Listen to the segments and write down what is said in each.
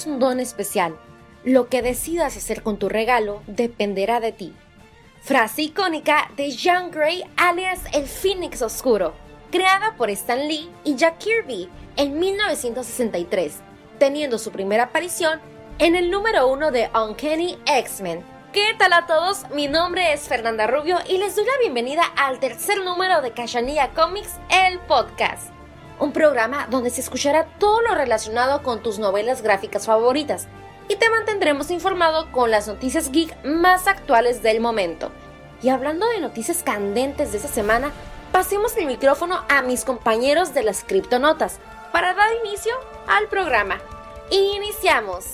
tienes un don especial. Lo que decidas hacer con tu regalo dependerá de ti. Frase icónica de Jean Grey alias el Fénix Oscuro, creada por Stan Lee y Jack Kirby en 1963, teniendo su primera aparición en el número 1 de Uncanny X-Men. ¿Qué tal a todos? Mi nombre es Fernanda Rubio y les doy la bienvenida al tercer número de Cachanilla Comics, el podcast. Un programa donde se escuchará todo lo relacionado con tus novelas gráficas favoritas y te mantendremos informado con las noticias geek más actuales del momento. Y hablando de noticias candentes de esta semana, pasemos el micrófono a mis compañeros de las Criptonotas para dar inicio al programa. ¡Iniciamos!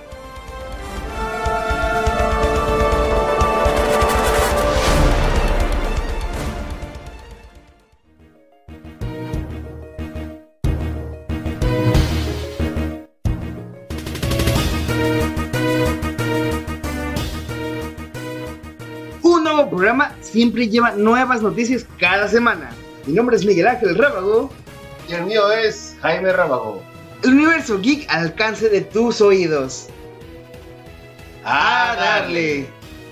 Un nuevo programa siempre lleva nuevas noticias cada semana. Mi nombre es Miguel Ángel Rábago. Y el mío es Jaime Rábago. El universo geek al alcance de tus oídos. ¡A darle!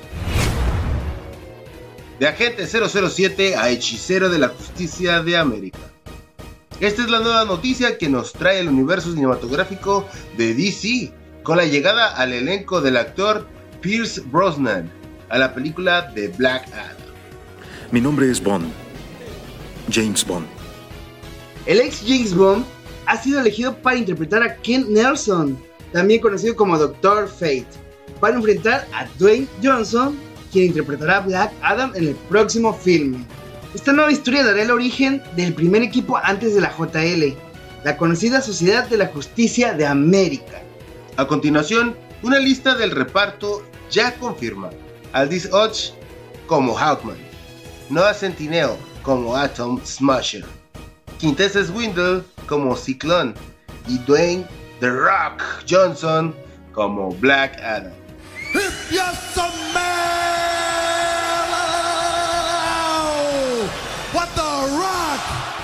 De agente 007 a hechicero de la justicia de América. Esta es la nueva noticia que nos trae el universo cinematográfico de DC, con la llegada al elenco del actor Pierce Brosnan a la película de Black Adam. Mi nombre es Bond. James Bond. El ex James Bond ha sido elegido para interpretar a Ken Nelson, también conocido como Dr. Fate, para enfrentar a Dwayne Johnson, quien interpretará a Black Adam en el próximo filme. Esta nueva historia dará el origen del primer equipo antes de la JL, la conocida Sociedad de la Justicia de América. A continuación, una lista del reparto ya confirma. Aldis Hodge como Hawkman, Noah Centineo como Atom Smasher, Quintessa Swindle como Ciclone y Dwayne The Rock Johnson como Black Adam. If you smell what the Rock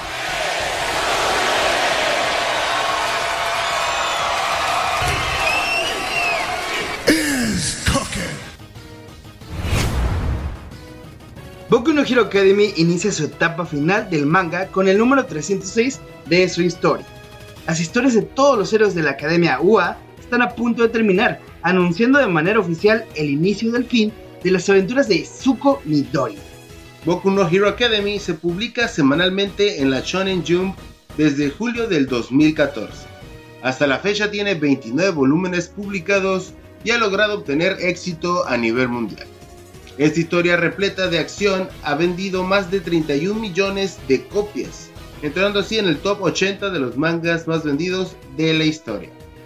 is cooking. Boku no Hero Academy inicia su etapa final del manga con el número 306 de su historia. Las historias de todos los héroes de la Academia UA están a punto de terminar, anunciando de manera oficial el inicio del fin de las aventuras de Zuko Midori. Boku no Hero Academy se publica semanalmente en la Shonen Jump desde julio del 2014. Hasta la fecha tiene 29 volúmenes publicados y ha logrado obtener éxito a nivel mundial. Esta historia repleta de acción ha vendido más de 31 millones de copias, entrando así en el top 80 de los mangas más vendidos de la historia.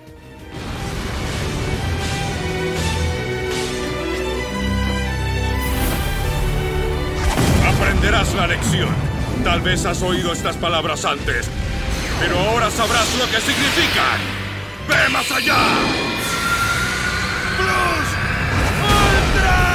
Aprenderás la lección. Tal vez has oído estas palabras antes, pero ahora sabrás lo que significan. ¡Ve más allá! ¡Plus Ultra!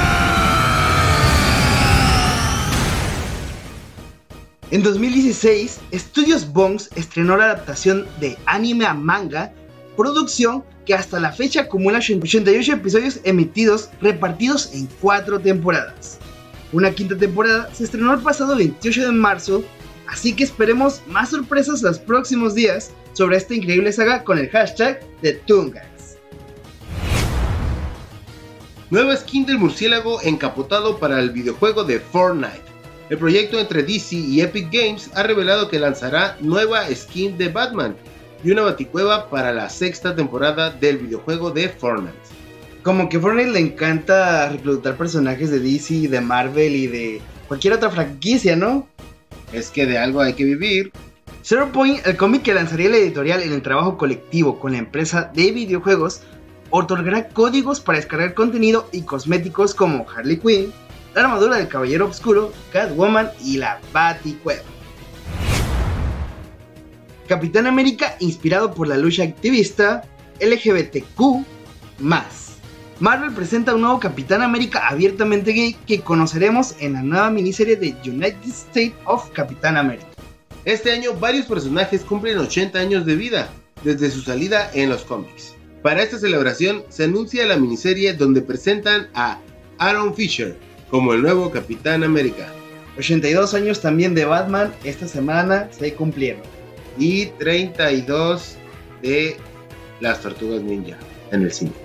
En 2016, Studios Bones estrenó la adaptación de anime a manga, producción que hasta la fecha acumula 88 episodios emitidos repartidos en 4 temporadas. Una quinta temporada se estrenó el pasado 28 de marzo, así que esperemos más sorpresas los próximos días sobre esta increíble saga con el hashtag de Toongags. Nueva skin del murciélago encapotado para el videojuego de Fortnite. El proyecto entre DC y Epic Games ha revelado que lanzará nueva skin de Batman y una baticueva para la 6ª temporada del videojuego de Fortnite. Como que Fortnite le encanta reclutar personajes de DC, de Marvel y de cualquier otra franquicia, ¿no? Es que de algo hay que vivir. Zero Point, el cómic que lanzaría la editorial en el trabajo colectivo con la empresa de videojuegos, otorgará códigos para descargar contenido y cosméticos como Harley Quinn, la armadura del Caballero Oscuro, Catwoman y la Baticueva. Capitán América inspirado por la lucha activista LGBTQ+. Marvel presenta un nuevo Capitán América abiertamente gay que conoceremos en la nueva miniserie de United States of Capitán América. Este año varios personajes cumplen 80 años de vida desde su salida en los cómics. Para esta celebración se anuncia la miniserie donde presentan a Aaron Fisher como el nuevo Capitán América. 82 años también de Batman esta semana se cumplieron. Y 32 de las Tortugas Ninja en el cine.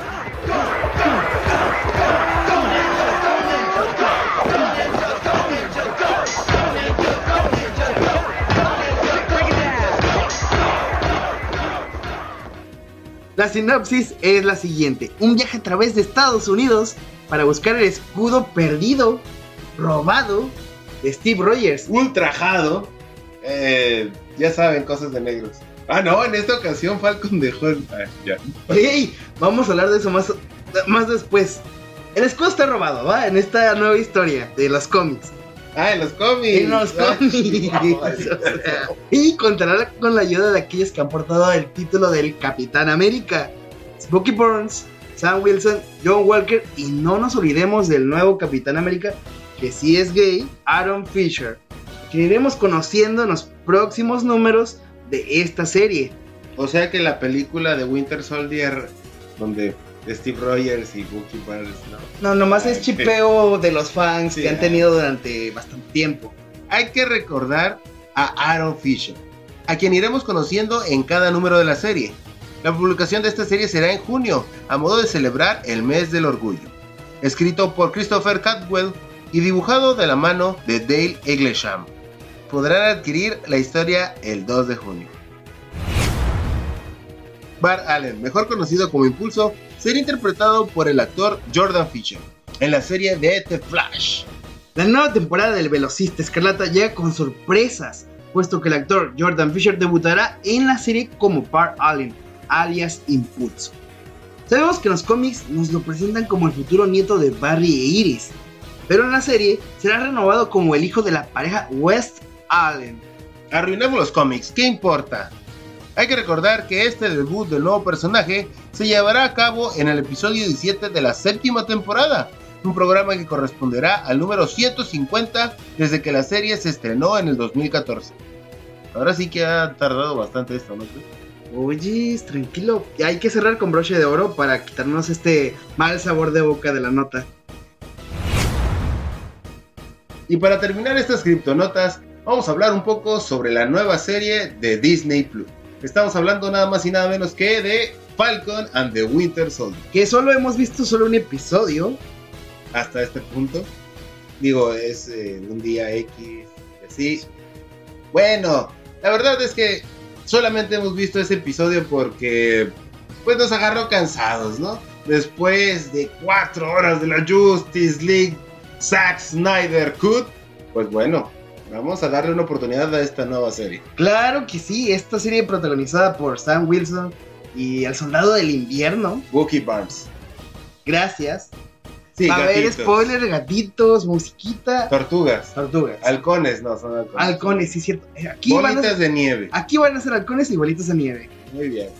La sinopsis es la siguiente: un viaje a través de Estados Unidos para buscar el escudo perdido, robado, de Steve Rogers. Ultrajado. Ya saben, cosas de negros. Ah, no, en esta ocasión Falcon dejó el... ya. ¡Ey! Vamos a hablar de eso más después. El escudo está robado, ¿va? En esta nueva historia de los cómics. Ah, en los cómics. En los cómics. Y contará con la ayuda de aquellos que han portado el título del Capitán América: Bucky Barnes, Sam Wilson, John Walker, y no nos olvidemos del nuevo Capitán América, que sí es gay, Aaron Fisher, que iremos conociendo en los próximos números de esta serie. O sea que la película de Winter Soldier, donde Steve Rogers y Bucky Barnes, No, nomás es chipeo de los fans que han tenido durante bastante tiempo. Hay que recordar a Aaron Fisher, a quien iremos conociendo en cada número de la serie. La publicación de esta serie será en junio, a modo de celebrar el mes del orgullo. Escrito por Christopher Cantwell y dibujado de la mano de Dale Eglesham. Podrán adquirir la historia el 2 de junio. Bart Allen, mejor conocido como Impulso, será interpretado por el actor Jordan Fisher en la serie de The Flash. La nueva temporada del Velocista Escarlata llega con sorpresas, puesto que el actor Jordan Fisher debutará en la serie como Bart Allen, alias Impulso. Sabemos que en los cómics nos lo presentan como el futuro nieto de Barry e Iris, pero en la serie será renovado como el hijo de la pareja West Allen. Arruinemos los cómics, ¿qué importa? Hay que recordar que este debut del nuevo personaje se llevará a cabo en el episodio 17 de la 7ª temporada, un programa que corresponderá al número 150 desde que la serie se estrenó en el 2014. Ahora sí que ha tardado bastante esto, ¿no? Oye, tranquilo, hay que cerrar con broche de oro para quitarnos este mal sabor de boca de la nota. Y para terminar estas criptonotas, vamos a hablar un poco sobre la nueva serie de Disney Plus. Estamos hablando nada más y nada menos que de Falcon and the Winter Soldier. Que solo hemos visto un episodio. Hasta este punto. Digo, es un día X, así. Bueno, la verdad es que solamente hemos visto ese episodio porque pues nos agarró cansados, ¿no? Después de 4 horas de la Justice League Zack Snyder Cut, pues bueno, vamos a darle una oportunidad a esta nueva serie. Claro que sí, esta serie protagonizada por Sam Wilson y el Soldado del Invierno, Bucky Barnes. Gracias. Sí, a ver, gatitos. spoiler, gatitos, musiquita. Tortugas. Halcones, no, son halcones. Halcones, sí, cierto. Bolitas de nieve. Aquí van a ser halcones y bolitas de nieve. Muy bien.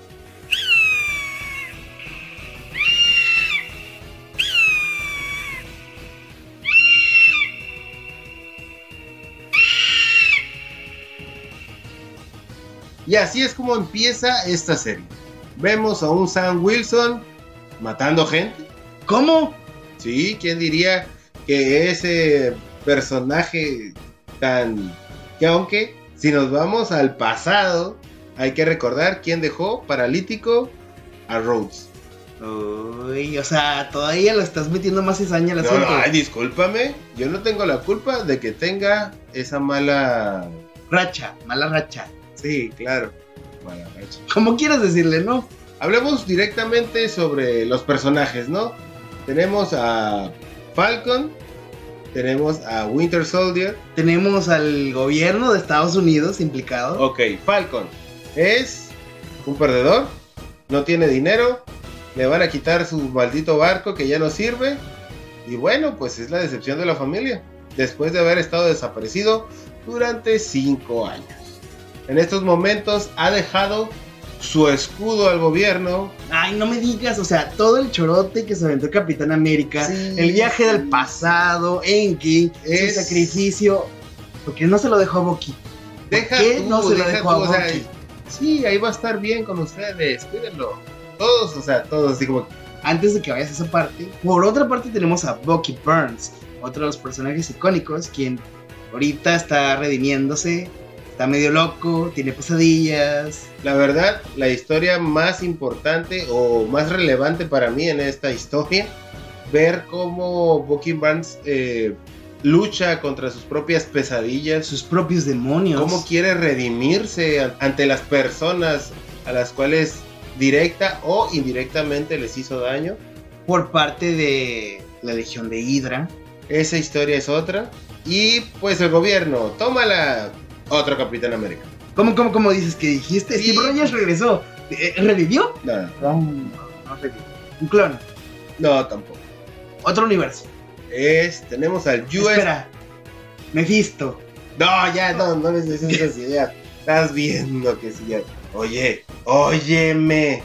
Y así es como empieza esta serie. Vemos a un Sam Wilson matando gente. ¿Cómo? Sí, ¿quién diría que ese personaje tan... que aunque si nos vamos al pasado, hay que recordar quién dejó paralítico a Rhodes. Uy, o sea, todavía lo estás metiendo más cizaña al No, asunto. ay, discúlpame, yo no tengo la culpa de que tenga esa mala racha. Sí, claro, mala racha. Como quieras decirle, ¿no? Hablemos directamente sobre los personajes, ¿no? Tenemos a Falcon, tenemos a Winter Soldier. Tenemos al gobierno de Estados Unidos implicado. Ok, Falcon es un perdedor, no tiene dinero, le van a quitar su maldito barco que ya no sirve. Y bueno, pues es la decepción de la familia, después de haber estado desaparecido durante 5 años. En estos momentos ha dejado su escudo al gobierno. Ay, no me digas, o sea, todo el chorote que se aventó el Capitán América, Sí. el viaje del pasado, Endgame, Es- su sacrificio, porque no se lo dejó a Bucky. ¿Por qué no se lo dejó a o sea, Bucky? sí, ahí va a estar bien con ustedes, cuídenlo. Todos, o sea, todos así como... Antes de que vayas a esa parte, por otra parte tenemos a Bucky Barnes, otro de los personajes icónicos, quien ahorita está redimiéndose, está medio loco, tiene pesadillas. La verdad, la historia más importante o más relevante para mí en esta historia, ver cómo Bucky Barnes lucha contra sus propias pesadillas, Sus propios demonios. cómo quiere redimirse ante las personas a las cuales directa o indirectamente les hizo daño. Por parte de la Legión de Hydra. Esa historia es otra. Y pues el gobierno, tómala, otro Capitán América. ¿Cómo dices que dijiste? Sí. Steve Rogers regresó. ¿Revivió? No, No revivió. Un clon. no, tampoco. Otro universo. Tenemos al US. Espera. Mephisto. No, ya, no les dices así, ya. Estás viendo que sí, ya. Óyeme.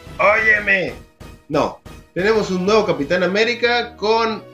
No, tenemos un nuevo Capitán América con,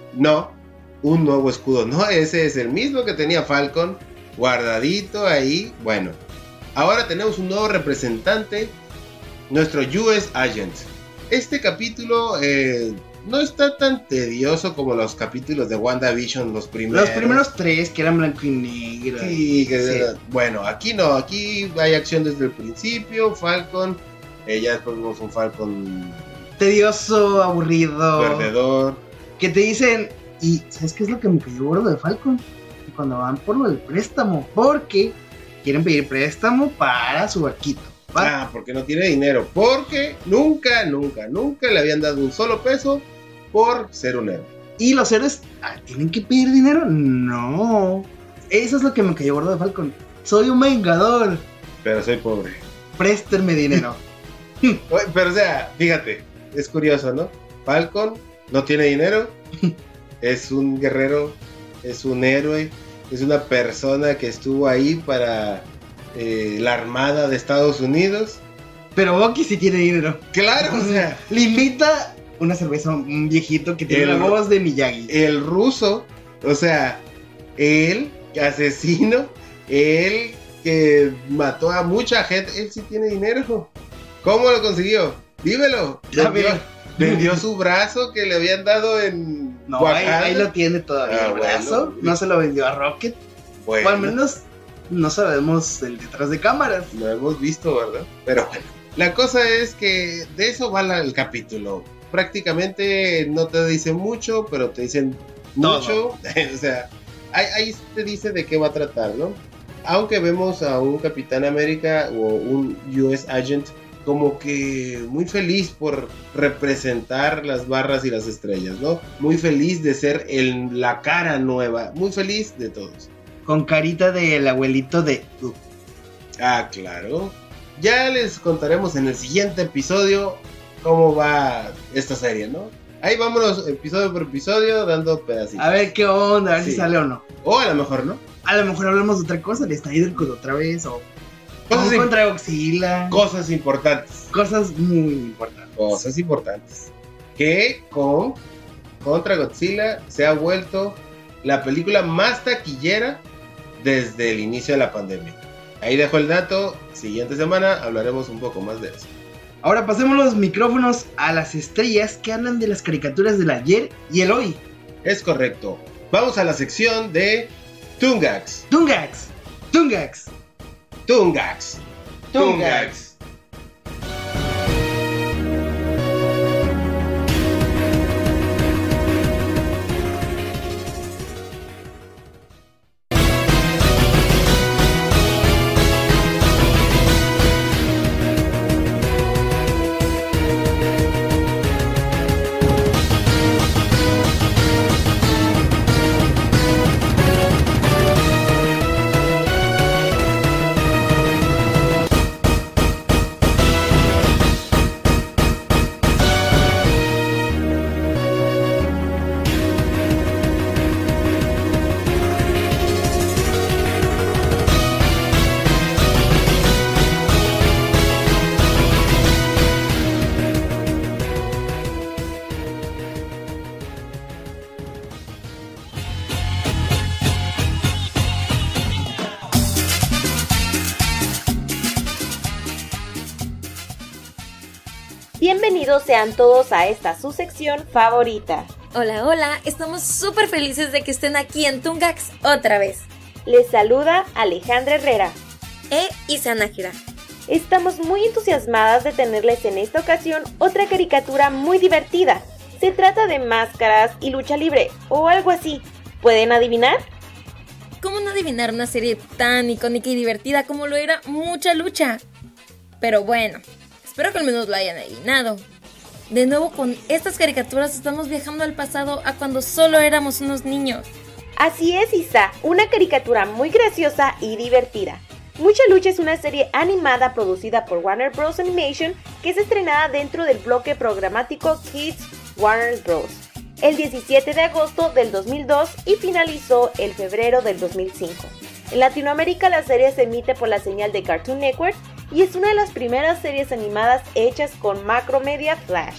un nuevo escudo. No, ese es el mismo que tenía Falcon, guardadito ahí. Bueno, ahora tenemos un nuevo representante, nuestro US Agent. Este capítulo no está tan tedioso como los capítulos de WandaVision, los primeros. Los primeros 3 que eran blanco y negro. Sí, Sí. Bueno, aquí no, aquí hay acción desde el principio. Falcon, ya después vimos un Falcon Tedioso, aburrido. perdedor. Que te dicen, y ¿sabes qué es lo que me cayó gordo de Falcon? Que cuando van por lo del préstamo, porque quieren pedir préstamo para su barquito. ¿va? Ah, porque no tiene dinero. Porque nunca le habían dado un solo peso por ser un héroe. Y los héroes tienen que pedir dinero. No. Eso es lo que me cayó gordo de Falcon. Soy un vengador. Pero soy pobre. Préstenme dinero. Oye, pero o sea, fíjate, es curioso, ¿no? Falcon no tiene dinero, es un guerrero, es un héroe, es una persona que estuvo ahí para la Armada de Estados Unidos. Pero Bucky sí tiene dinero. Claro, o sea, Le invita una cerveza a un viejito que tiene El- la voz de Miyagi. el ruso, o sea, él, asesino, él que mató a mucha gente, él sí tiene dinero. ¿Cómo lo consiguió? Dímelo. A ver. Vendió su brazo que le habían dado en No, ahí Wakanda. lo tiene todavía. Ah, El brazo. bueno. No se lo vendió a Rocket. Bueno, O al menos no sabemos el detrás de cámaras. lo hemos visto, ¿verdad? Pero bueno, la cosa es que de eso va el capítulo. Prácticamente no te dicen mucho, pero te dicen Todo. mucho. O sea, ahí te dice de qué va a tratar, ¿no? Aunque vemos a un Capitán América o un US Agent como que muy feliz por representar las barras y las estrellas, ¿no? Muy feliz de ser la cara nueva, muy feliz de todos. Con carita del abuelito de Ah, claro. Ya les contaremos en el siguiente episodio cómo va esta serie, ¿no? Ahí vámonos episodio por episodio dando pedacitos. A ver qué onda, a ver Sí. si sale o no. O a lo mejor no. A lo mejor hablamos de otra cosa, de Snyder otra vez, o Cosas, contra Godzilla. cosas importantes. Cosas muy importantes. Cosas importantes. Que contra Godzilla se ha vuelto la película más taquillera desde el inicio de la pandemia. Ahí dejo el dato. Siguiente semana hablaremos un poco más de eso. Ahora pasemos los micrófonos a las estrellas que hablan de las caricaturas del ayer y el hoy. Es correcto. Vamos a la sección de Tungax. Tungax. Tungax. Tungax. Tungax. Bienvenidos sean todos a esta su sección favorita. Hola, hola, estamos súper felices de que estén aquí en Tungax otra vez. Les saluda Alejandra Herrera. Isa Nájera. Estamos muy entusiasmadas de tenerles en esta ocasión otra caricatura muy divertida. Se trata de máscaras y lucha libre, o algo así. ¿Pueden adivinar? ¿Cómo no adivinar una serie tan icónica y divertida como lo era Mucha Lucha? Pero bueno, espero que al menos lo hayan adivinado. De nuevo con estas caricaturas estamos viajando al pasado a cuando solo éramos unos niños. Así es, Isa, una caricatura muy graciosa y divertida. Mucha Lucha es una serie animada producida por Warner Bros. Animation que es estrenada dentro del bloque programático Kids Warner Bros. El 17 de agosto del 2002 y finalizó el febrero del 2005. En Latinoamérica la serie se emite por la señal de Cartoon Network y es una de las primeras series animadas hechas con Macromedia Flash.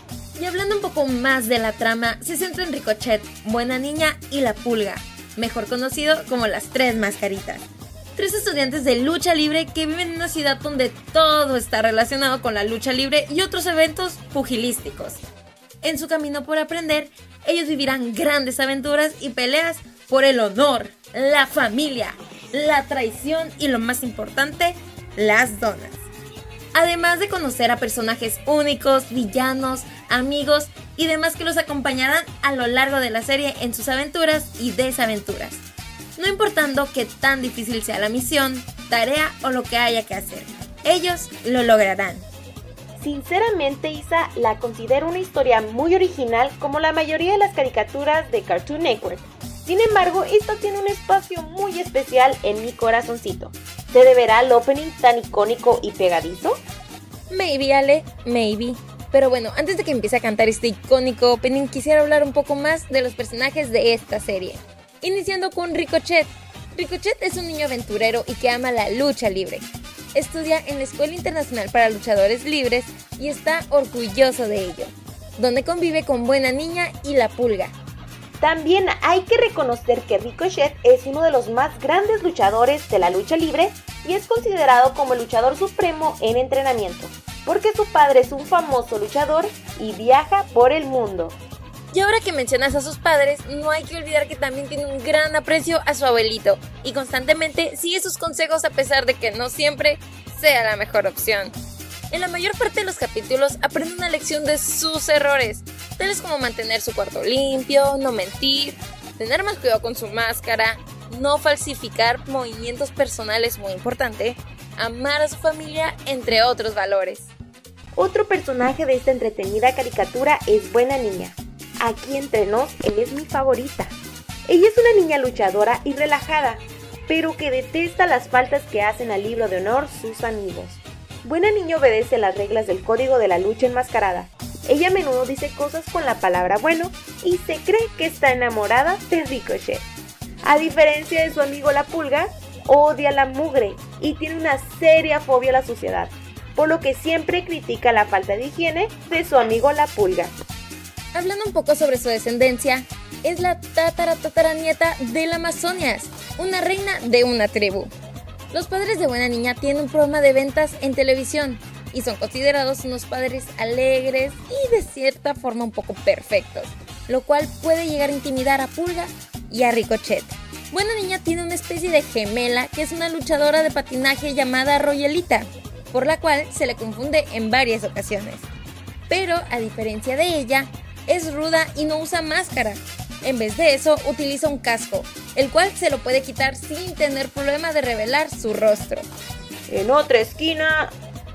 Y hablando un poco más de la trama, se centra en Ricochet, Buena Niña y La Pulga, mejor conocido como las Tres Mascaritas. 3 estudiantes de lucha libre que viven en una ciudad donde todo está relacionado con la lucha libre y otros eventos pugilísticos. En su camino por aprender, ellos vivirán grandes aventuras y peleas por el honor, la familia, la traición y lo más importante, las donas. Además de conocer a personajes únicos, villanos, amigos y demás que los acompañarán a lo largo de la serie en sus aventuras y desaventuras. No importando qué tan difícil sea la misión, tarea o lo que haya que hacer, ellos lo lograrán. Sinceramente, Isa, la considero una historia muy original como la mayoría de las caricaturas de Cartoon Network. Sin embargo, esta tiene un espacio muy especial en mi corazoncito. ¿Se deberá al opening tan icónico y pegadizo? Maybe, Ale, maybe. Pero bueno, antes de que empiece a cantar este icónico opening, quisiera hablar un poco más de los personajes de esta serie. Iniciando con Ricochet. Ricochet es un niño aventurero y que ama la lucha libre. Estudia en la Escuela Internacional para Luchadores Libres y está orgulloso de ello, donde convive con Buena Niña y La Pulga. También hay que reconocer que Ricochet es uno de los más grandes luchadores de la lucha libre y es considerado como el luchador supremo en entrenamiento, porque su padre es un famoso luchador y viaja por el mundo. Y ahora que mencionas a sus padres, no hay que olvidar que también tiene un gran aprecio a su abuelito y constantemente sigue sus consejos a pesar de que no siempre sea la mejor opción. En la mayor parte de los capítulos aprende una lección de sus errores, tales como mantener su cuarto limpio, no mentir, tener más cuidado con su máscara, no falsificar movimientos personales, muy importante, amar a su familia, entre otros valores. Otro personaje de esta entretenida caricatura es Buena Niña. Aquí entre nos, ella es mi favorita. Ella es una niña luchadora y relajada, pero que detesta las faltas que hacen al libro de honor sus amigos. Buena Niña obedece las reglas del código de la lucha enmascarada. Ella a menudo dice cosas con la palabra bueno y se cree que está enamorada de Ricochet. A diferencia de su amigo La Pulga, odia la mugre y tiene una seria fobia a la suciedad, por lo que siempre critica la falta de higiene de su amigo La Pulga. Hablando un poco sobre su descendencia, es la tataranieta del Amazonias, una reina de una tribu. Los padres de Buena Niña tienen un programa de ventas en televisión y son considerados unos padres alegres y de cierta forma un poco perfectos, lo cual puede llegar a intimidar a Pulga y a Ricochet. Buena Niña tiene una especie de gemela que es una luchadora de patinaje llamada Royalita, por la cual se le confunde en varias ocasiones. Pero a diferencia de ella, es ruda y no usa máscara. En vez de eso, utiliza un casco, el cual se lo puede quitar sin tener problema de revelar su rostro. En otra esquina...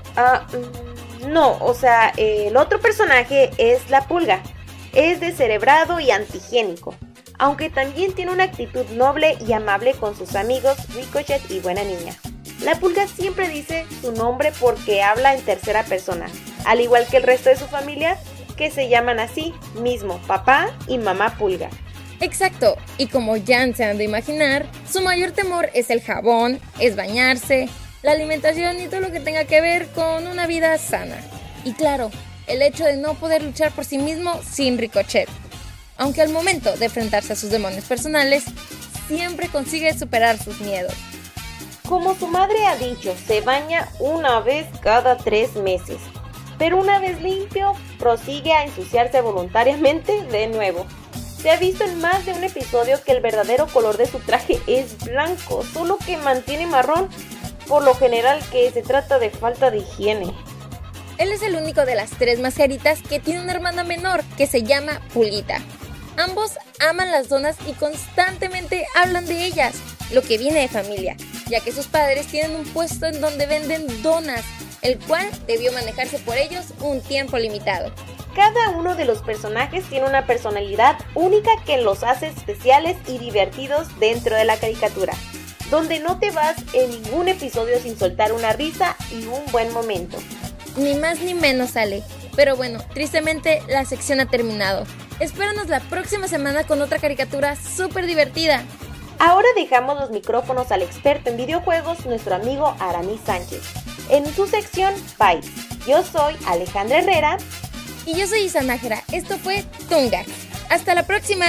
el otro personaje es La Pulga. Es descerebrado y antihigiénico, aunque también tiene una actitud noble y amable con sus amigos Ricochet y Buena Niña. La Pulga siempre dice su nombre porque habla en tercera persona, al igual que el resto de su familia, que se llaman así mismo, papá y mamá Pulga. Exacto, y como ya se han de imaginar, su mayor temor es el jabón, es bañarse, la alimentación y todo lo que tenga que ver con una vida sana. Y claro, el hecho de no poder luchar por sí mismo sin Ricochet. Aunque al momento de enfrentarse a sus demonios personales, siempre consigue superar sus miedos. Como su madre ha dicho, se baña una vez cada 3 meses. pero una vez limpio, prosigue a ensuciarse voluntariamente de nuevo. Se ha visto en más de un episodio que el verdadero color de su traje es blanco, solo que mantiene marrón, por lo general que se trata de falta de higiene. Él es el único de las 3 mascaritas que tiene una hermana menor que se llama Pulguita. Ambos aman las donas y constantemente hablan de ellas, lo que viene de familia, ya que sus padres tienen un puesto en donde venden donas, el cual debió manejarse por ellos un tiempo limitado. Cada uno de los personajes tiene una personalidad única que los hace especiales y divertidos dentro de la caricatura, donde no te vas en ningún episodio sin soltar una risa y un buen momento. Ni más ni menos, Ale. Pero bueno, tristemente la sección ha terminado. Espéranos la próxima semana con otra caricatura súper divertida. Ahora dejamos los micrófonos al experto en videojuegos, nuestro amigo Aramis Sánchez, en su sección Bytes. Yo soy Alejandra Herrera. Y yo soy Isa Nájera. Esto fue Tungax. ¡Hasta la próxima!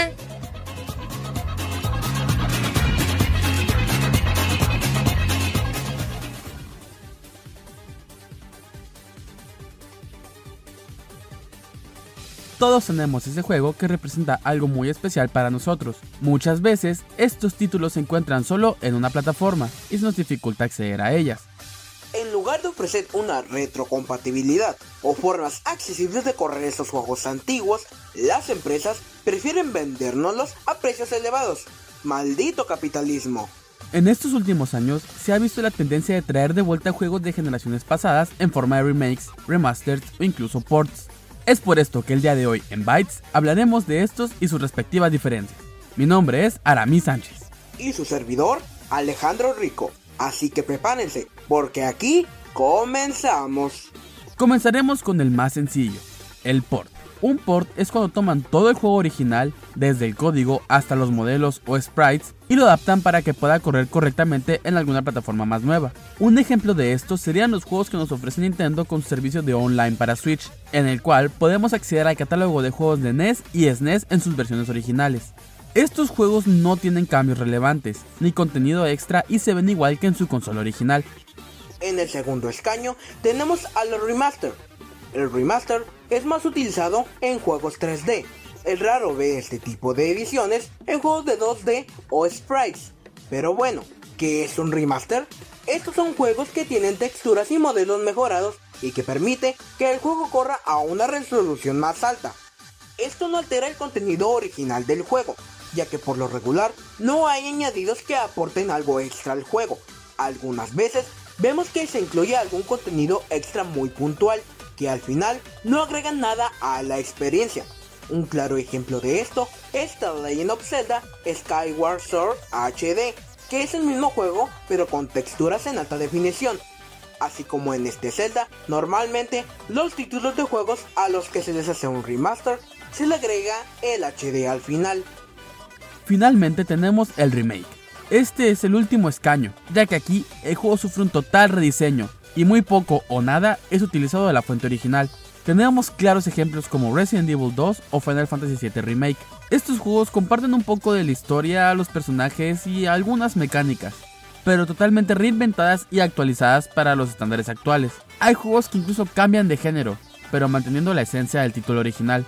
Todos tenemos ese juego que representa algo muy especial para nosotros. Muchas veces, estos títulos se encuentran solo en una plataforma y se nos dificulta acceder a ellas. En lugar de ofrecer una retrocompatibilidad o formas accesibles de correr estos juegos antiguos, las empresas prefieren vendérnoslos a precios elevados. ¡Maldito capitalismo! En estos últimos años se ha visto la tendencia de traer de vuelta juegos de generaciones pasadas en forma de remakes, remasters o incluso ports. Es por esto que el día de hoy en Bytes hablaremos de estos y sus respectivas diferencias. Mi nombre es Aramis Sánchez. Y su servidor, Alejandro Rico. Así que prepárense, porque aquí comenzamos. Comenzaremos con el más sencillo, el port. Un port es cuando toman todo el juego original, desde el código hasta los modelos o sprites, y lo adaptan para que pueda correr correctamente en alguna plataforma más nueva. Un ejemplo de esto serían los juegos que nos ofrece Nintendo con su servicio de online para Switch, en el cual podemos acceder al catálogo de juegos de NES y SNES en sus versiones originales. Estos juegos no tienen cambios relevantes, ni contenido extra y se ven igual que en su consola original. En el segundo escaño tenemos a los remaster. El remaster es más utilizado en juegos 3D. Es raro ver este tipo de ediciones en juegos de 2D o sprites. Pero bueno, ¿qué es un remaster? Estos son juegos que tienen texturas y modelos mejorados y que permite que el juego corra a una resolución más alta. Esto no altera el contenido original del juego, ya que por lo regular no hay añadidos que aporten algo extra al juego. Algunas veces vemos que se incluye algún contenido extra muy puntual, que al final no agregan nada a la experiencia. Un claro ejemplo de esto es The Legend of Zelda Skyward Sword HD, que es el mismo juego pero con texturas en alta definición. Así como en este Zelda, normalmente los títulos de juegos a los que se les hace un remaster se le agrega el HD al final. Finalmente tenemos el remake. Este es el último escaño, ya que aquí el juego sufre un total rediseño y muy poco o nada es utilizado de la fuente original. Tenemos claros ejemplos como Resident Evil 2 o Final Fantasy VII Remake. Estos juegos comparten un poco de la historia, los personajes y algunas mecánicas, pero totalmente reinventadas y actualizadas para los estándares actuales. Hay juegos que incluso cambian de género, pero manteniendo la esencia del título original.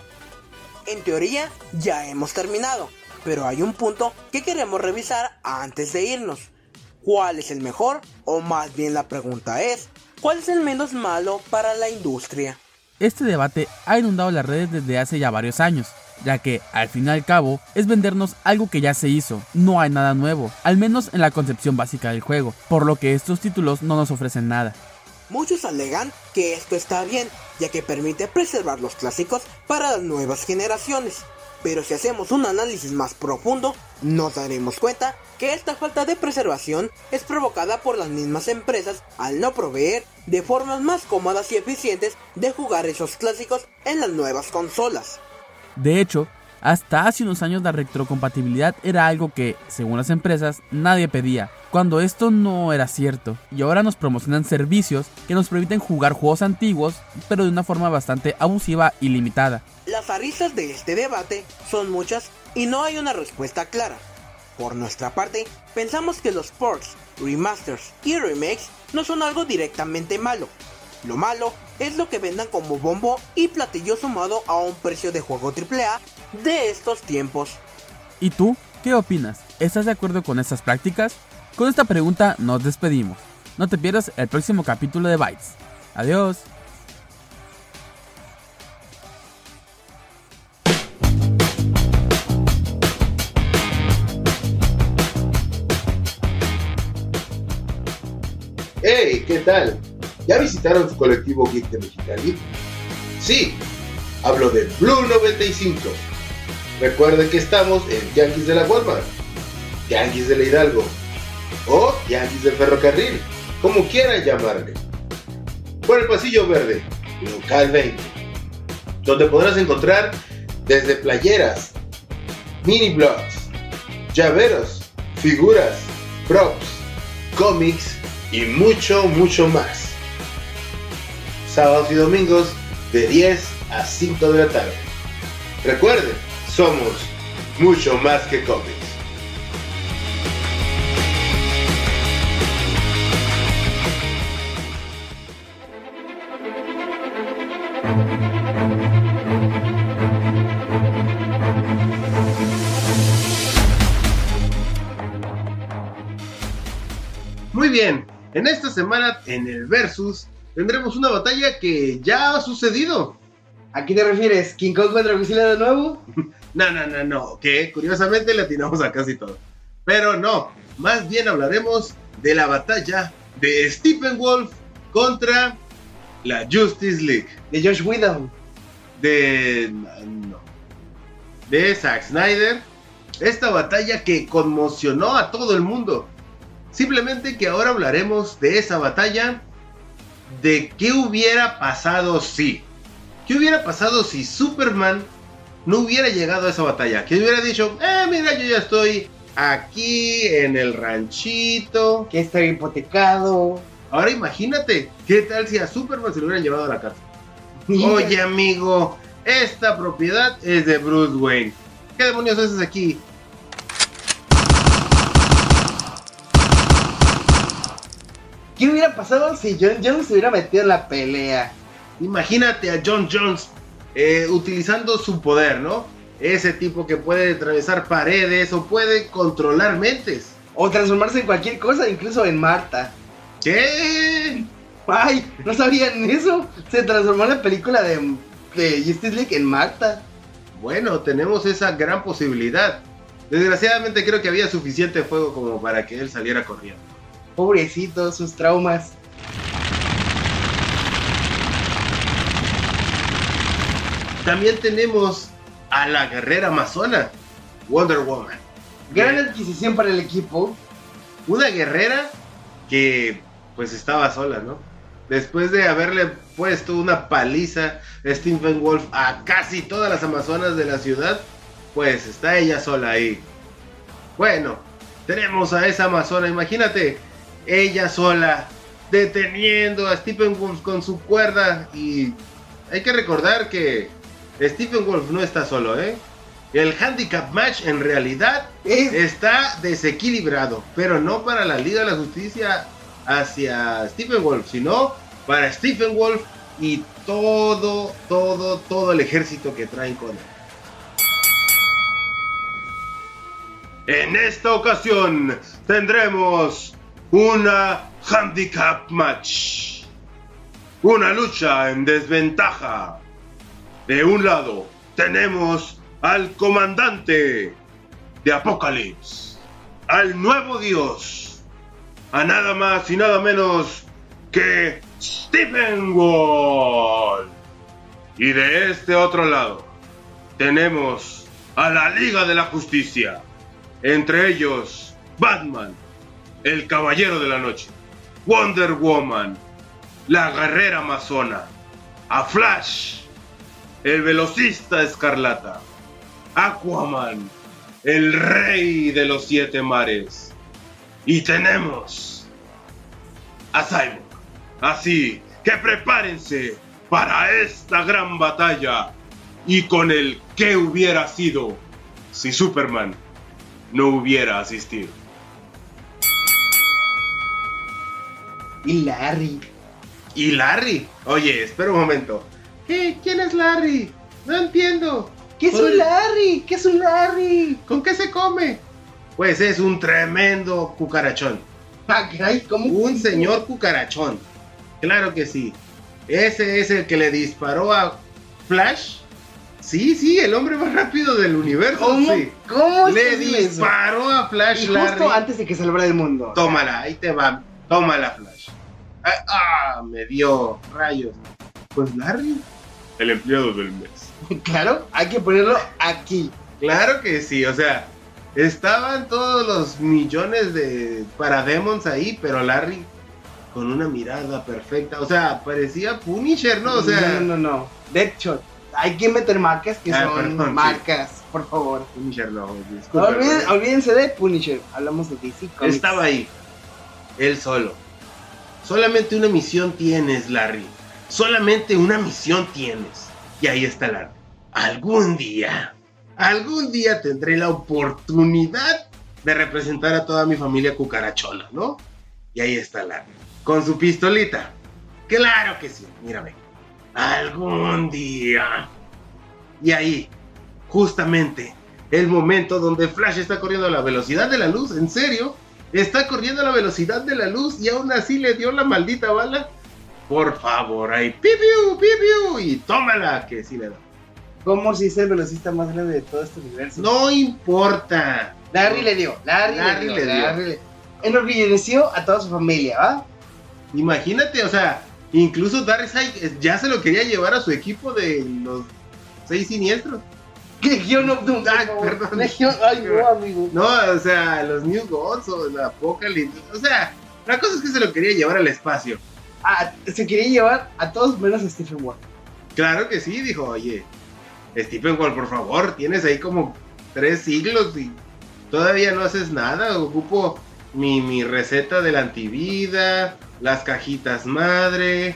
En teoría ya hemos terminado, pero hay un punto que queremos revisar antes de irnos. ¿Cuál es el mejor? O más bien la pregunta es, ¿cuál es el menos malo para la industria? Este debate ha inundado las redes desde hace ya varios años, ya que, al fin y al cabo, es vendernos algo que ya se hizo, no hay nada nuevo, al menos en la concepción básica del juego, por lo que estos títulos no nos ofrecen nada. Muchos alegan que esto está bien, ya que permite preservar los clásicos para las nuevas generaciones. Pero si hacemos un análisis más profundo, nos daremos cuenta que esta falta de preservación es provocada por las mismas empresas al no proveer de formas más cómodas y eficientes de jugar esos clásicos en las nuevas consolas. De hecho, hasta hace unos años la retrocompatibilidad era algo que, según las empresas, nadie pedía, cuando esto no era cierto, y ahora nos promocionan servicios que nos permiten jugar juegos antiguos, pero de una forma bastante abusiva y limitada. Las aristas de este debate son muchas y no hay una respuesta clara. Por nuestra parte, pensamos que los ports, remasters y remakes no son algo directamente malo. Lo malo es lo que vendan como bombo y platillo sumado a un precio de juego AAA de estos tiempos. ¿Y tú? ¿Qué opinas? ¿Estás de acuerdo con estas prácticas? Con esta pregunta nos despedimos. No te pierdas el próximo capítulo de Bytes. Adiós. ¡Hey! ¿Qué tal? ¿Ya visitaron su colectivo Geek de Mexicali? Sí, hablo de Blue 95. Recuerden que estamos en Tianguis de la Walmart, Tianguis de la Hidalgo o Tianguis del Ferrocarril, como quieran llamarle. Por el Pasillo Verde, local 20, donde podrás encontrar desde playeras, mini blogs, llaveros, figuras, props, cómics y mucho más. Sábados y domingos de 10 a 5 de la tarde. Recuerden, somos mucho más que cómics. Muy bien, en esta semana en el Versus tendremos una batalla que ya ha sucedido. ¿A qué te refieres? ¿King Kong contra Godzilla de nuevo? No, que curiosamente le atinamos a casi todo. Pero no, más bien hablaremos de la batalla de Steppenwolf contra la Justice League. De Josh Whedon. De Zack Snyder. Esta batalla que conmocionó a todo el mundo. Simplemente que ahora hablaremos de esa batalla, de qué hubiera pasado si. ¿Qué hubiera pasado si Superman no hubiera llegado a esa batalla? Que hubiera dicho, mira, yo ya estoy aquí en el ranchito, que está hipotecado. Ahora imagínate, ¿qué tal si a Superman se lo hubieran llevado a la cárcel? Oye, amigo, esta propiedad es de Bruce Wayne. ¿Qué demonios haces aquí? ¿Qué hubiera pasado si John Jones se hubiera metido en la pelea? Imagínate a John Jones utilizando su poder, ¿no? Ese tipo que puede atravesar paredes o puede controlar mentes. O transformarse en cualquier cosa, incluso en Marta. ¿Qué? Ay, ¿no sabían eso? Se transformó en la película de Justice League en Marta. Bueno, tenemos esa gran posibilidad. Desgraciadamente creo que había suficiente fuego como para que él saliera corriendo. Pobrecito, sus traumas. También tenemos a la guerrera amazona, Wonder Woman. Gran adquisición para el equipo. Una guerrera que pues estaba sola, ¿no? Después de haberle puesto una paliza a Steppenwolf a casi todas las amazonas de la ciudad, pues está ella sola ahí. Bueno, tenemos a esa amazona, imagínate, ella sola, deteniendo a Steppenwolf con su cuerda. Y hay que recordar que Steppenwolf no está solo, ¿eh? El handicap match en realidad está desequilibrado, pero no para la Liga de la Justicia hacia Steppenwolf, sino para Steppenwolf y todo el ejército que traen con él. En esta ocasión tendremos una handicap match, una lucha en desventaja. De un lado tenemos al comandante de Apocalipsis, al nuevo dios, a nada más y nada menos que Steppenwolf. Y de este otro lado tenemos a la Liga de la Justicia, entre ellos Batman, el Caballero de la Noche, Wonder Woman, la Guerrera Amazona, a Flash, el Velocista Escarlata, Aquaman, el Rey de los Siete Mares, y tenemos a Cyborg. Así que prepárense para esta gran batalla y con el que hubiera sido si Superman no hubiera asistido. Y Larry. Y Larry. Oye, espera un momento. ¿Qué? ¿Quién es Larry? No entiendo. ¿Qué es un Larry? ¿Qué es un Larry? ¿Con qué se come? Pues es un tremendo cucarachón. Ah, caray, ¿cómo? Un señor cucarachón. Claro que sí. Ese es el que le disparó a Flash. Sí, el hombre más rápido del universo. ¿Cómo? Sí. ¿Cómo Le disparó a Flash, y Larry. justo antes de que salvara el mundo. Tómala, ahí te va. Tómala, Flash. Me dio rayos. Pues Larry, el empleado del mes. Claro, hay que ponerlo aquí. Claro que sí, o sea, estaban todos los millones de Parademons ahí, pero Larry con una mirada perfecta, o sea, parecía Punisher, ¿no? O sea, no. Deadshot. Hay que meter marcas que son perdón, marcas, sí. Por favor. Punisher no, disculpa. Olvídense de Punisher, hablamos de DC Comics. Estaba ahí, él solo. Solamente una misión tienes, Larry. Solamente una misión tienes. Y ahí está Larry. Algún día tendré la oportunidad de representar a toda mi familia cucarachona, ¿no? Y ahí está Larry, con su pistolita. Claro que sí, mírame. Algún día. Y ahí, justamente, el momento donde Flash está corriendo a la velocidad de la luz, ¿en serio? Está corriendo a la velocidad de la luz y aún así le dio la maldita bala. Por favor, ahí, pipiu, pipiu, y tómala, que sí le da. ¿Cómo si es el velocista más grande de todo este universo? No importa. Larry le dio. Enorgulleció a toda su familia, ¿va? Imagínate, o sea, incluso Darkseid ya se lo quería llevar a su equipo de los 6 siniestros. Legión of Doom. Perdón. No, amigo. No, o sea, los New Gods o la Apocalypse. O sea, la cosa es que se lo quería llevar al espacio. Se quería llevar a todos menos a Stephen Ward. Claro que sí, dijo, oye, Stephen Ward, por favor, tienes ahí como 3 siglos y todavía no haces nada. Ocupo mi receta de la antivida, las cajitas madre,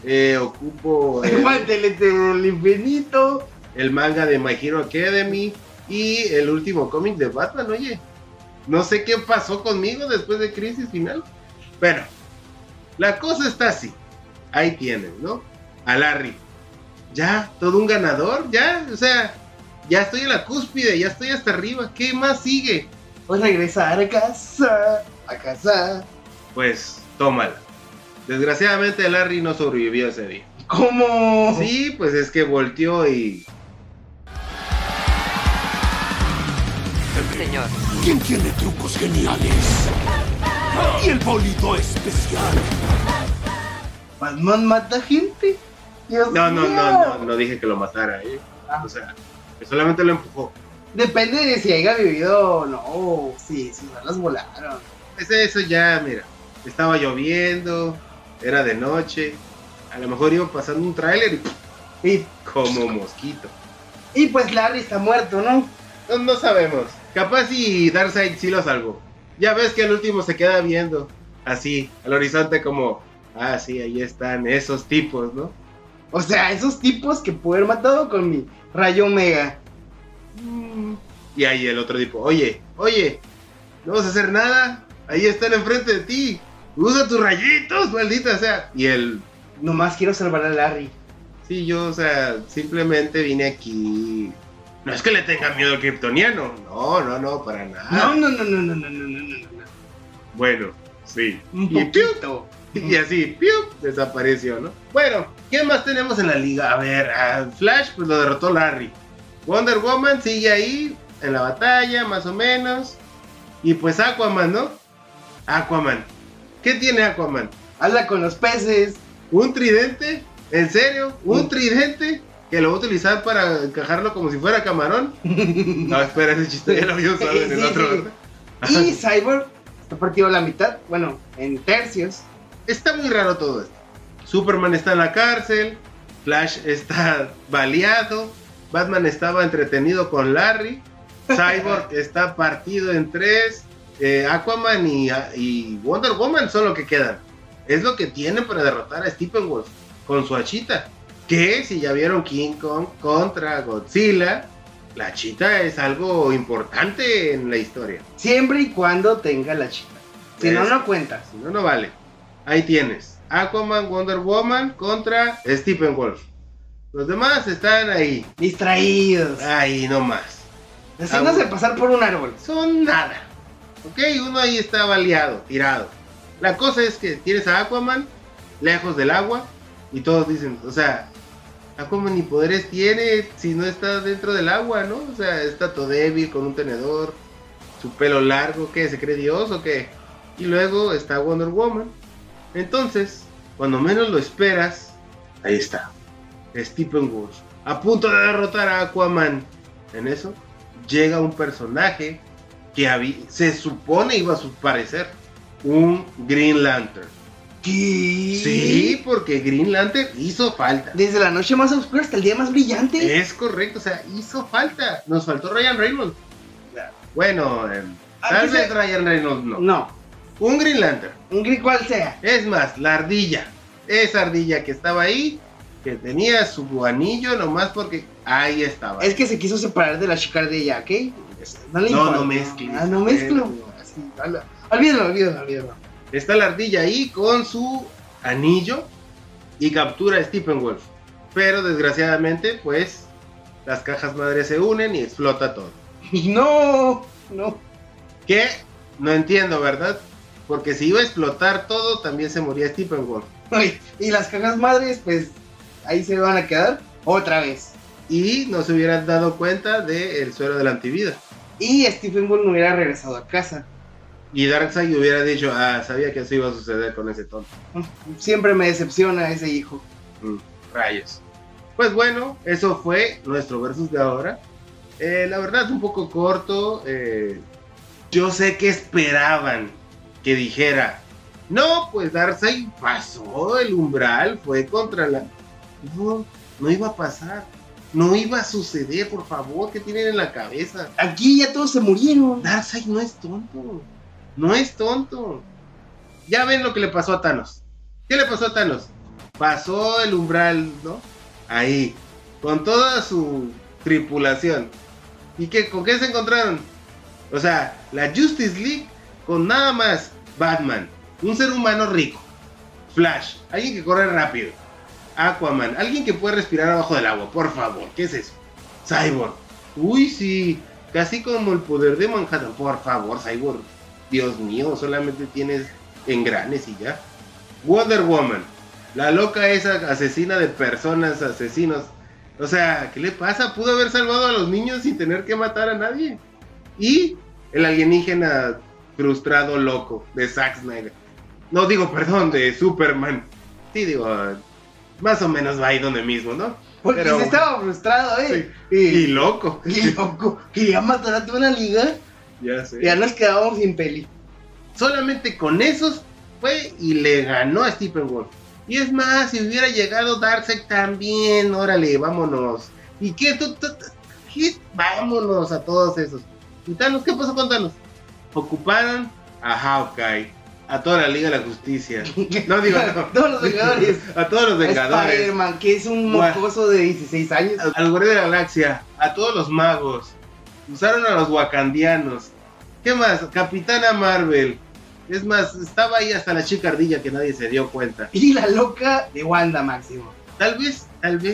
ocupo el guantelete del infinito, el manga de My Hero Academy y el último cómic de Batman. Oye, no sé qué pasó conmigo después de Crisis Final. Bueno, la cosa está así. Ahí tienes, ¿no? A Larry. Ya, todo un ganador, ya, o sea, ya estoy en la cúspide, ya estoy hasta arriba. ¿Qué más sigue? Pues regresar a casa. Pues, tómala. Desgraciadamente Larry no sobrevivió ese día. ¿Cómo? Sí, pues es que volteó y... Señor. ¿Quién tiene trucos geniales? Y el bolito especial. Batman mata gente. No dije que lo matara, ¿eh? O sea, que solamente lo empujó. Depende de si haya vivido o no. Sí, no las volaron. Eso ya, mira, estaba lloviendo, era de noche, a lo mejor iba pasando un tráiler y como mosquito. Y pues Larry está muerto, ¿no? No sabemos. Capaz y Darkseid sí lo salvó. Ya ves que al último se queda viendo así, al horizonte como... Ah, sí, ahí están esos tipos, ¿no? O sea, esos tipos que pude haber matado con mi rayo omega. Y ahí el otro tipo, oye, no vas a hacer nada. Ahí están enfrente de ti. Usa tus rayitos, maldita sea. Y él... Nomás quiero salvar a Larry. Sí, yo, o sea, simplemente vine aquí... No es que le tenga miedo al kryptoniano. No, para nada. No. Bueno, sí. Un poquito. Y así, ¡piu! Desapareció, ¿no? Bueno, ¿qué más tenemos en la liga? A ver, a Flash, pues lo derrotó Larry. Wonder Woman sigue ahí, en la batalla, más o menos. Y pues Aquaman, ¿no? Aquaman. ¿Qué tiene Aquaman? Habla con los peces. ¿Un tridente? ¿En serio? ¿Un tridente? ¿Que lo va a utilizar para encajarlo como si fuera camarón? No, espera, ese chiste ya lo había usado en el otro, ¿verdad? Y Cyborg está partido a la mitad, bueno, en tercios. Está muy raro todo esto. Superman está en la cárcel, Flash está baleado, Batman estaba entretenido con Larry, Cyborg está partido en 3, Aquaman y Wonder Woman son lo que quedan. Es lo que tienen para derrotar a Steppenwolf con su hachita. Que si ya vieron King Kong contra Godzilla, la hachita es algo importante en la historia. Siempre y cuando tenga la hachita. Si no, no cuenta. Si no, no vale. Ahí tienes. Aquaman, Wonder Woman contra Steppenwolf. Los demás están ahí. Distraídos. Ahí nomás. Haciéndose pasar por un árbol. Son nada. Ok, uno ahí está baleado, tirado. La cosa es que tienes a Aquaman lejos del agua y todos dicen, o sea, Aquaman ni poderes tiene si no está dentro del agua, ¿no? O sea, está todo débil con un tenedor, su pelo largo, ¿qué? ¿Se cree Dios o qué? Y luego está Wonder Woman. Entonces, cuando menos lo esperas, ahí está, Steppenwolf, a punto de derrotar a Aquaman. En eso, llega un personaje que se supone iba a aparecer, un Green Lantern. ¿Qué? Sí, porque Green Lantern hizo falta. Desde la noche más oscura hasta el día más brillante. Es correcto, o sea, hizo falta. Nos faltó Ryan Reynolds. Bueno, tal vez Ryan Reynolds no. No. Un Green Lantern. Un Green cual sea. Es más, la ardilla. Esa ardilla que estaba ahí, que tenía su anillo nomás porque ahí estaba. Es que se quiso separar de la chica ardilla, ¿ok? No mezcles. No mezclo. Así, olvídalo. Está la ardilla ahí con su anillo y captura a Steppenwolf. Pero desgraciadamente, pues, las cajas madres se unen y explota todo. No. ¿Qué? No entiendo, ¿verdad? Porque si iba a explotar todo, también se moría Steppenwolf. Y las cajas madres, pues, ahí se van a quedar otra vez. Y no se hubieran dado cuenta del suero de la antivida. Y Steppenwolf no hubiera regresado a casa. Y Darkseid hubiera dicho, sabía que eso iba a suceder con ese tonto. Siempre me decepciona ese hijo. Rayos. Pues bueno, eso fue nuestro versus de ahora. La verdad, un poco corto. Yo sé que esperaban que dijera, no, pues Darkseid pasó el umbral, fue contra la... No iba a pasar. No iba a suceder, por favor, ¿qué tienen en la cabeza? Aquí ya todos se murieron. Darkseid no es tonto. No es tonto. Ya ven lo que le pasó a Thanos. ¿Qué le pasó a Thanos? Pasó el umbral, ¿no? Ahí, con toda su tripulación. ¿Y con qué se encontraron? O sea, la Justice League con nada más Batman, un ser humano rico, Flash, alguien que corre rápido, Aquaman, alguien que puede respirar abajo del agua, por favor, ¿qué es eso? Cyborg, uy sí, casi como el poder de Manhattan, por favor, Cyborg. Dios mío, solamente tienes engranes y ya. Wonder Woman, la loca esa asesina de personas, asesinos. O sea, ¿qué le pasa? Pudo haber salvado a los niños sin tener que matar a nadie. Y el alienígena frustrado loco de Zack Snyder. No digo, perdón, de Superman. Sí, digo, más o menos va ahí donde mismo, ¿no? Porque pero se estaba frustrado, sí. Y loco. Quería matar a toda la liga. Ya sé. Ya nos quedábamos sin peli. Solamente con esos fue y le ganó a Steppenwolf. Y es más, si hubiera llegado Darkseid también, órale, vámonos. ¿Y qué? ¿Qué? Vámonos a todos esos. ¿Y Thanos? ¿Qué pasó con Thanos? Ocuparon a Hawkeye, a toda la Liga de la Justicia. No digo, no. Todos los Vengadores. A todos los Vengadores. Spider-Man, que es un mocoso de 16 años. Al Guardián de la Galaxia, a todos los magos. Usaron a los wakandianos. ¿Qué más? Capitana Marvel. Es más, estaba ahí hasta la chica ardilla que nadie se dio cuenta. Y la loca de Wanda, máximo. Tal vez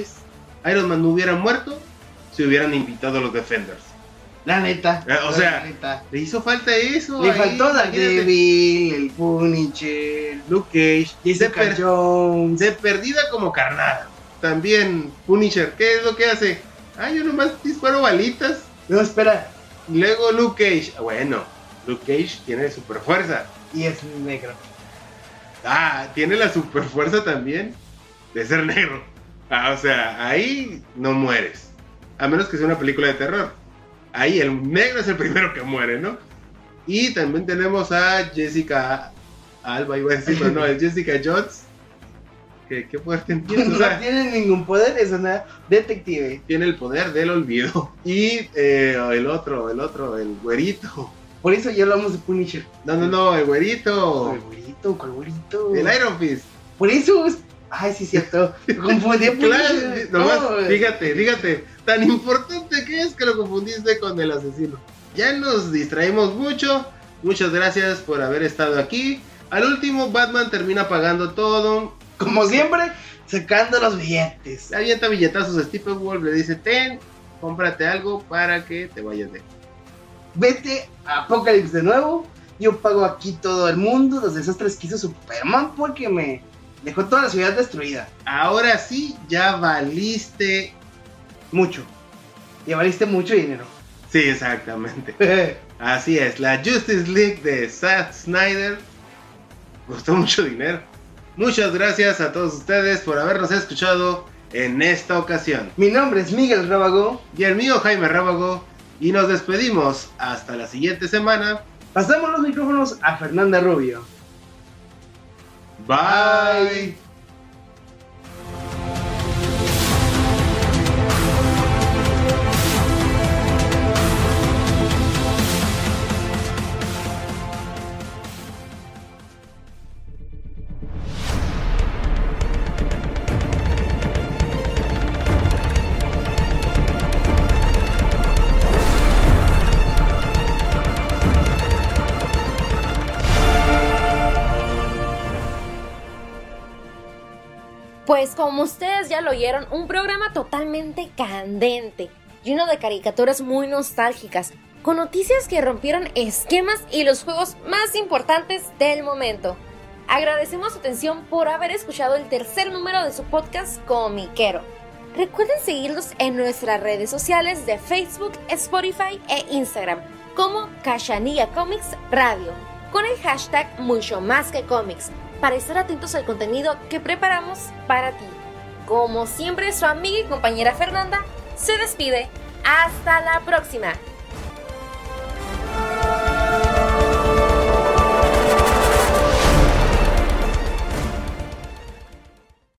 Iron Man no hubiera muerto si hubieran invitado a los Defenders. La neta. O sea, neta. Le hizo falta eso. Le faltó Daredevil, el Punisher, Luke Cage, Jessica Jones. De perdida como carnada. También Punisher, ¿qué es lo que hace? Yo nomás disparo balitas. No, espera. Luego Luke Cage. Bueno, Luke Cage tiene super fuerza. Y es negro. Tiene la super fuerza también de ser negro. O sea, ahí no mueres. A menos que sea una película de terror. Ahí el negro es el primero que muere, ¿no? Y también tenemos a Jessica Alba, iba a decir, pero no, es Jessica Jones. ¿Qué poder tiene? No tiene ningún poder, es una detective. Tiene el poder del olvido. Y el otro, el güerito. Por eso ya hablamos de Punisher. No, el güerito. ¿Cuál güerito? El Iron Fist. Por eso es... Ay, sí, cierto. Me confundí a Punisher. Claro, nomás, fíjate. Tan importante que es que lo confundiste con el asesino. Ya nos distraímos mucho. Muchas gracias por haber estado aquí. Al último, Batman termina pagando todo. Como siempre, sacando los billetes. Le avienta billetazos a Steppenwolf, le dice, ten, cómprate algo para que te vayas de... Vete a Apocalipsis de nuevo. Yo pago aquí todo el mundo, los desastres que hizo Superman porque me dejó toda la ciudad destruida. Ahora sí, ya valiste mucho. Ya valiste mucho dinero. Sí, exactamente. Así es, la Justice League de Zack Snyder costó mucho dinero. Muchas gracias a todos ustedes por habernos escuchado en esta ocasión. Mi nombre es Miguel Rábago. Y el mío, Jaime Rábago. Y nos despedimos hasta la siguiente semana. Pasamos los micrófonos a Fernanda Rubio. Bye. Pues como ustedes ya lo oyeron, un programa totalmente candente, lleno de caricaturas muy nostálgicas, con noticias que rompieron esquemas y los juegos más importantes del momento. Agradecemos su atención por haber escuchado el tercer número de su podcast Comiquero. Recuerden seguirnos en nuestras redes sociales de Facebook, Spotify e Instagram como Cachanilla Comics Radio, con el hashtag Mucho Más Que Comics, para estar atentos al contenido que preparamos para ti. Como siempre, su amiga y compañera Fernanda se despide. ¡Hasta la próxima!